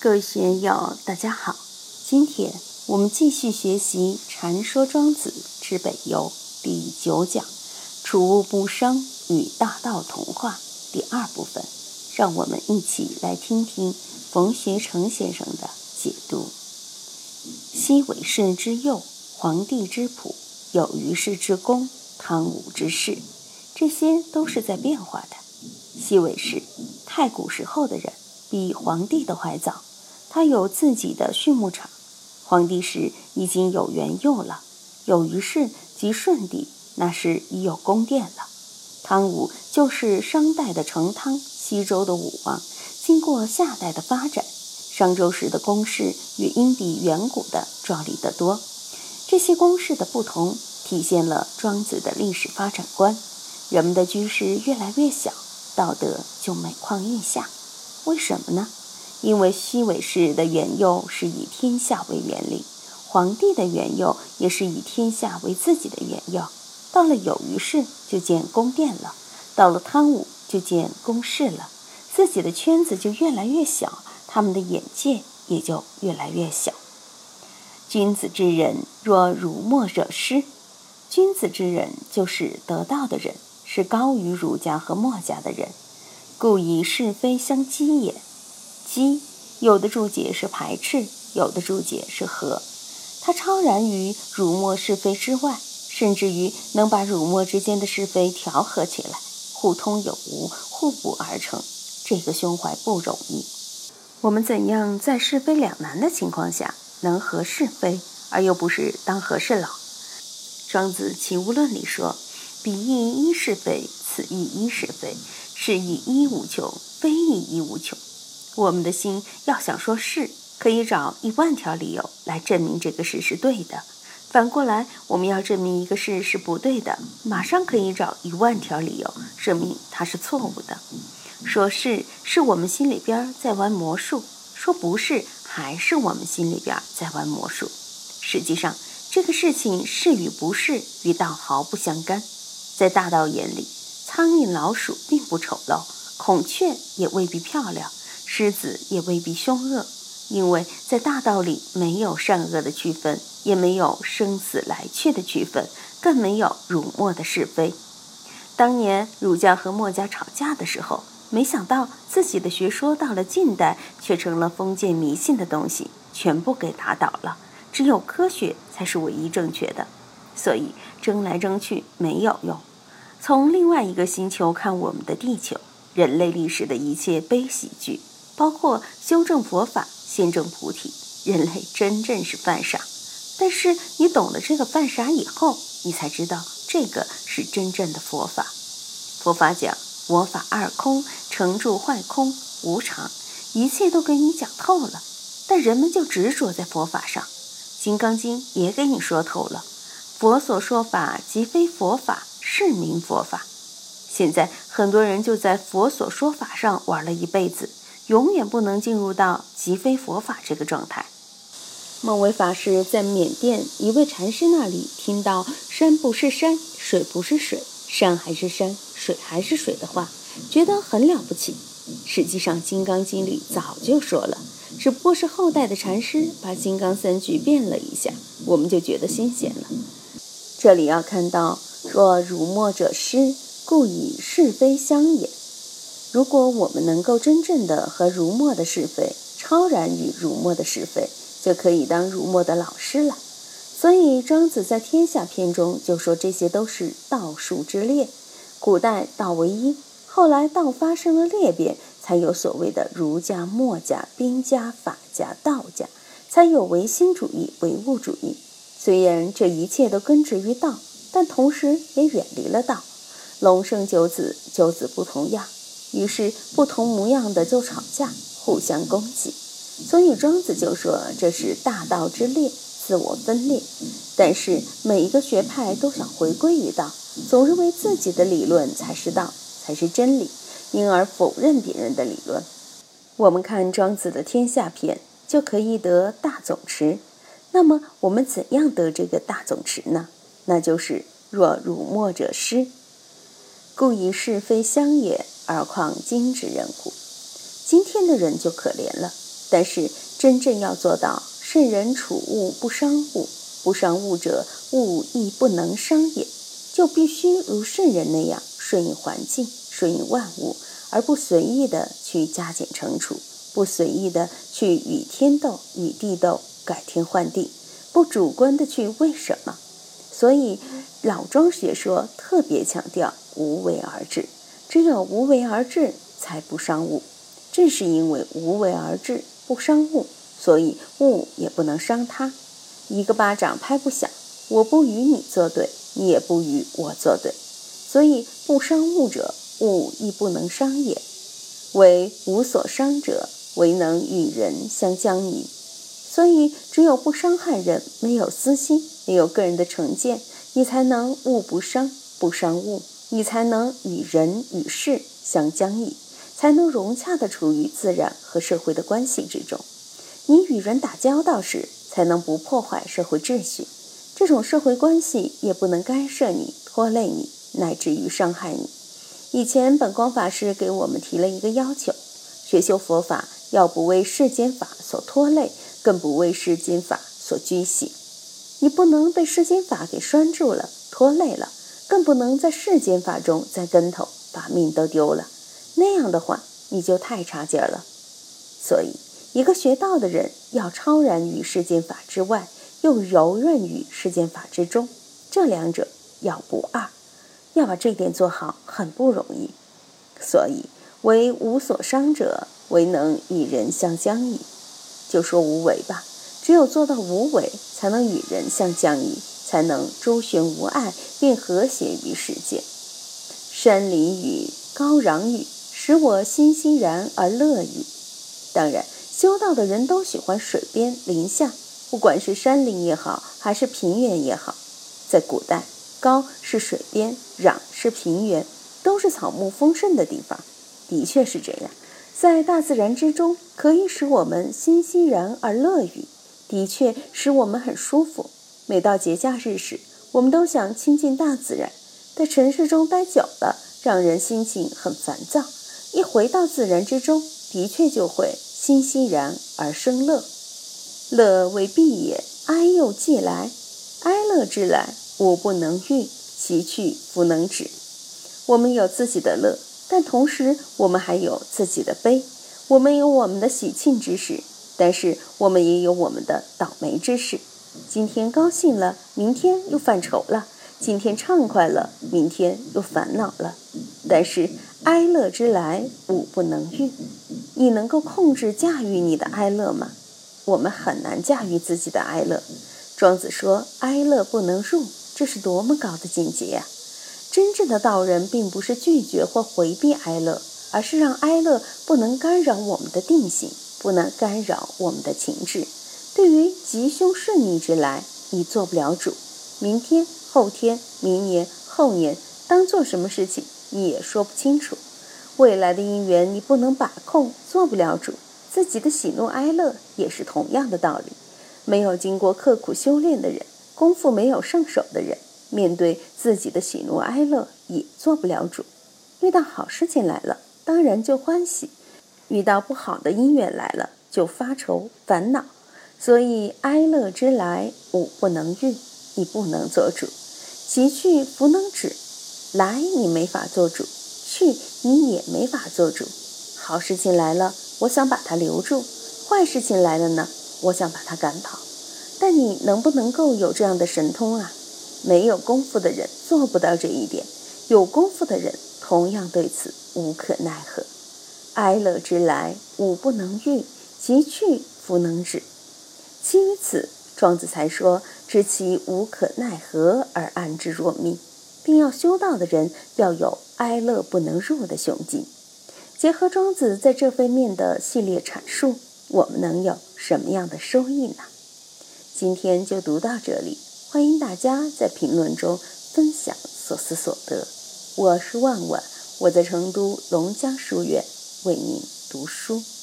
各位学友大家好，今天我们继续学习禅说庄子之北游第9讲储物不伤与大道同化第2部分，让我们一起来听听冯学成先生的解读。昔韦氏之右，黄帝之仆，有虞氏之公，汤武之士，这些都是在变化的。昔韦氏，太古时候的人，比黄帝都还早，他有自己的畜牧场。黄帝时已经有元佑了，有虞氏即舜帝，那时已有宫殿了。汤武就是商代的成汤，西周的武王。经过夏代的发展，商周时的宫室也应比远古的壮丽得多。这些宫室的不同，体现了庄子的历史发展观。人们的居室越来越小，道德就每况愈下。为什么呢？因为昔韦氏的元佑是以天下为元令，黄帝的元佑也是以天下为自己的元佑。到了有虞氏就建宫殿了，到了汤武就建宫室了，自己的圈子就越来越小，他们的眼界也就越来越小。君子之人若儒墨者师，君子之人就是得道的人，是高于儒家和墨家的人，故以是非相激也。激，有的注解是排斥，有的注解是和，它超然于儒墨是非之外，甚至于能把儒墨之间的是非调和起来，互通有无，互补而成，这个胸怀不容易。我们怎样在是非两难的情况下能和是非，而又不是当和事佬？庄子齐物论里说，彼亦一是非，此亦一是非，是亦一无穷，非亦一无穷。我们的心要想说是，可以找10000条理由来证明这个事是对的，反过来我们要证明一个事是不对的，马上可以找10000条理由证明它是错误的。说是，是我们心里边在玩魔术；说不是，还是我们心里边在玩魔术。实际上，这个事情是与不是与道毫不相干。在大道眼里，苍蝇老鼠并不丑陋，孔雀也未必漂亮，狮子也未必凶恶，因为在大道里没有善恶的区分，也没有生死来去的区分，更没有儒墨的是非。当年儒家和墨家吵架的时候，没想到自己的学说到了近代却成了封建迷信的东西，全部给打倒了。只有科学才是唯一正确的，所以争来争去没有用。从另外一个星球看我们的地球，人类历史的一切悲喜剧，包括修正佛法、宪政菩提，人类真正是犯傻。但是你懂了这个犯傻以后，你才知道这个是真正的佛法。佛法讲我法二空，成住坏空，无常，一切都给你讲透了，但人们就执着在佛法上。金刚经也给你说透了，佛所说法即非佛法，是名佛法。现在很多人就在佛所说法上玩了一辈子，永远不能进入到即非佛法这个状态。孟维法师在缅甸一位禅师那里听到山不是山，水不是水，山还是山，水还是水的话，觉得很了不起。实际上金刚经里早就说了，只不过是后代的禅师把金刚三句变了一下，我们就觉得新鲜了。这里要看到若儒墨者师，故以是非相也。如果我们能够真正的和儒墨的是非超然于儒墨的是非，就可以当儒墨的老师了。所以庄子在天下篇中就说这些都是道术之列。古代道为一，后来道发生了裂变，才有所谓的儒家、墨家、兵家、法家、道家，才有唯心主义、唯物主义。虽然这一切都根植于道，但同时也远离了道。龙生九子，九子不同样，于是不同模样的就吵架，互相攻击。所以庄子就说这是大道之裂，自我分裂。但是每一个学派都想回归于道，总认为自己的理论才是道，才是真理，因而否认别人的理论。我们看庄子的天下篇，就可以得大总持。那么我们怎样得这个大总持呢？那就是若儒墨者师，故以是非相也，而况今之人乎？今天的人就可怜了， 但是真正要做到圣人处物不伤物，不伤物者，物亦不能伤也，就必须如圣人那样顺应环境，顺应万物，而不随意的去加减乘除，不随意的去与天斗，与地斗，改天换地，不主观的去为什么。所以老庄学说特别强调无为而治，只有无为而治才不伤物。正是因为无为而治不伤物，所以物也不能伤他。一个巴掌拍不响，我不与你作对，你也不与我作对，所以不伤物者，物亦不能伤也。为无所伤者，唯能与人相将矣。所以只有不伤害人，没有私心，没有个人的成见，你才能物不伤，不伤物，你才能与人与事相将矣，才能融洽地处于自然和社会的关系之中。你与人打交道时，才能不破坏社会秩序，这种社会关系也不能干涉你，拖累你，乃至于伤害你。以前本光法师给我们提了一个要求，学修佛法要不为世间法所拖累，更不为世间法所拘系。你不能被世间法给拴住了，拖累了，更不能在世间法中栽跟头，把命都丢了，那样的话你就太差劲了。所以一个学道的人要超然于世间法之外，又柔韧于世间法之中，这两者要不二，要把这点做好很不容易。所以为无所伤者，唯能与人相将矣。就说无为吧，只有做到无为，才能与人相将矣，才能周旋无碍，并和谐于世界。山林雨，高壤雨，使我欣欣然而乐矣。当然修道的人都喜欢水边林下，不管是山林也好，还是平原也好。在古代，高是水边，壤是平原，都是草木丰盛的地方。的确是这样，在大自然之中，可以使我们欣欣然而乐矣，的确使我们很舒服。每到节假日时，我们都想亲近大自然，在城市中待久了，让人心情很烦躁，一回到自然之中，的确就会欣欣然而生乐。乐为弊也，哀又既来，哀乐之来，吾不能御，其去弗能止。我们有自己的乐，但同时我们还有自己的悲。我们有我们的喜庆之事，但是我们也有我们的倒霉之事。今天高兴了，明天又犯愁了；今天畅快了，明天又烦恼了。但是哀乐之来，吾不能御。你能够控制驾驭你的哀乐吗？我们很难驾驭自己的哀乐。庄子说哀乐不能入，这是多么高的境界呀！真正的道人并不是拒绝或回避哀乐，而是让哀乐不能干扰我们的定性，不能干扰我们的情志。对于吉凶顺逆之来，你做不了主。明天、后天、明年、后年当做什么事情，你也说不清楚。未来的因缘你不能把控，做不了主。自己的喜怒哀乐也是同样的道理。没有经过刻苦修炼的人，功夫没有上手的人，面对自己的喜怒哀乐也做不了主。遇到好事情来了，当然就欢喜；遇到不好的因缘来了，就发愁烦恼。所以哀乐之来，吾不能御，你不能做主；其去弗能止，来你没法做主，去你也没法做主。好事情来了，我想把它留住；坏事情来了呢，我想把它赶跑。但你能不能够有这样的神通啊？没有功夫的人做不到这一点，有功夫的人同样对此无可奈何。哀乐之来，吾不能御，其去弗能止。基于此，庄子才说知其无可奈何而安之若命，并要修道的人要有哀乐不能入的雄劲。结合庄子在这方面的系列阐述，我们能有什么样的收益呢？今天就读到这里，欢迎大家在评论中分享所思所得。我是万万，我在成都龙江书院为您读书。